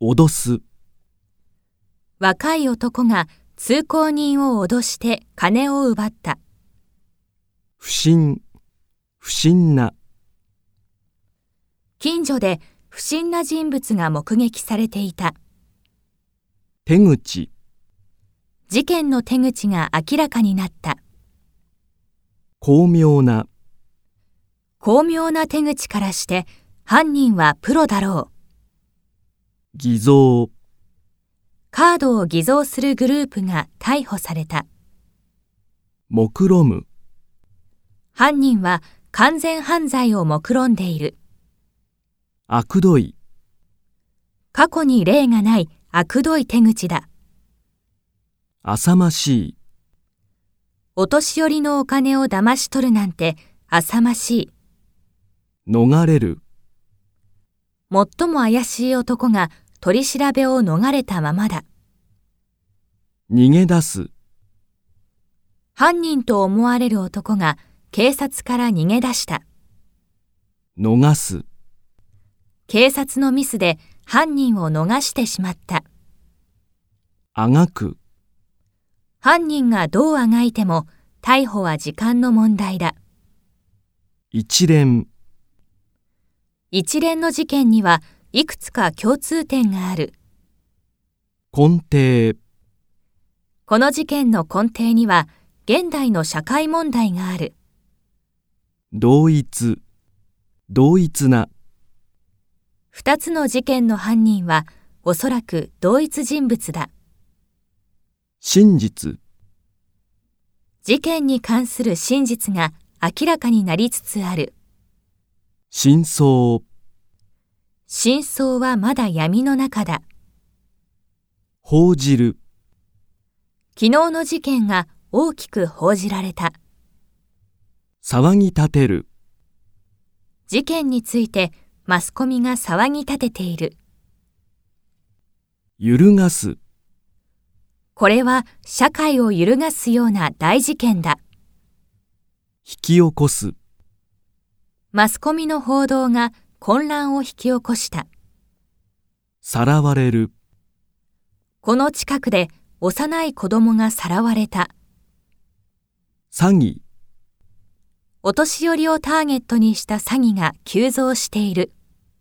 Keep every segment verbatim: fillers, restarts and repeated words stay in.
脅す。 若い男が通行人を脅して金を奪った。 不審、不審な。 近所で不審な人物が目撃されていた。 手口。 事件の手口が明らかになった。 巧妙な。 巧妙な手口からして犯人はプロだろう。 偽造。 カードを偽造するグループが逮捕された。 目論む。 犯人は完全犯罪を目論んでいる。 あくどい。 過去に例がないあくどい手口だ。 浅ましい。 お年寄りのお金を騙し取るなんて浅ましい。 逃れる。 最も怪しい男が取り調べを逃れたままだ。 逃げ出す。 犯人と思われる男が警察から逃げ出した。 逃す。 警察のミスで犯人を逃してしまった。 あがく。 犯人がどうあがいても逮捕は時間の問題だ。 一連。 一連の事件にはいくつか共通点がある。 根底。 この事件の根底には現代の社会問題がある。 同一。同一な。 二つの事件の犯人はおそらく同一人物だ。 真実。 事件に関する真実が明らかになりつつある。 真相。 真相はまだ闇の中だ。 報じる。 昨日の事件が大きく報じられた。 騒ぎ立てる。 事件についてマスコミが騒ぎ立てている。 揺るがす。 これは社会を揺るがすような大事件だ。 引き起こす。 マスコミの報道が混乱を引き起こした。 さらわれる。 この近くで幼い子供がさらわれた。 詐欺。 お年寄りをターゲットにした詐欺が急増している。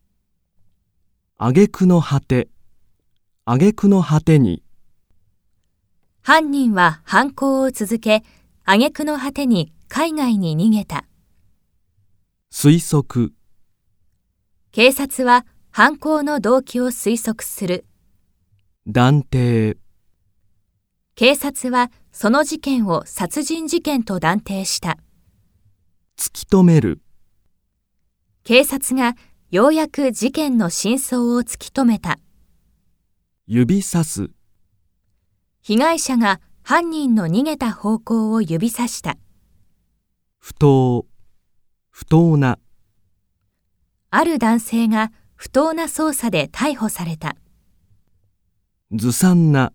挙句の果て。挙句の果てに。 犯人は犯行を続け、挙句の果てに海外に逃げた。 推測。 警察は犯行の動機を推測する。 断定。 警察はその事件を殺人事件と断定した。 突き止める。 警察がようやく事件の真相を突き止めた。 指さす。 被害者が犯人の逃げた方向を指さした。 不当。不当な。 ある男性が不当な捜査で逮捕された。 ずさんな。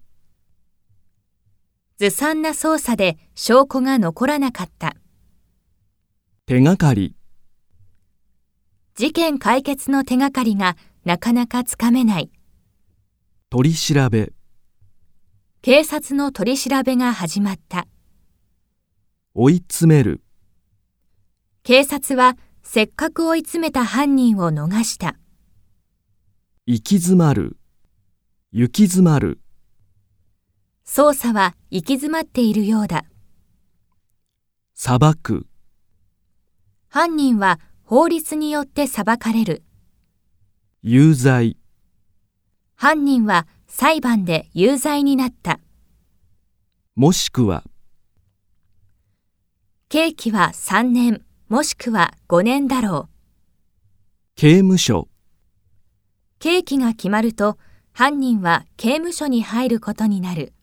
ずさんな捜査で証拠が残らなかった。 手がかり。 事件解決の手がかりがなかなかつかめない。 取り調べ。 警察の取り調べが始まった。 追い詰める。 警察はせっかく追い詰めた犯人を逃した。 行き詰まる。行き詰まる。 捜査は行き詰まっているようだ。 裁く。 犯人は法律によって裁かれる。 有罪。 犯人は裁判で有罪になった。 もしくは。 刑期はさんねんもしくはごねんだろう。 刑務所。 刑期が決まると犯人は刑務所に入ることになる。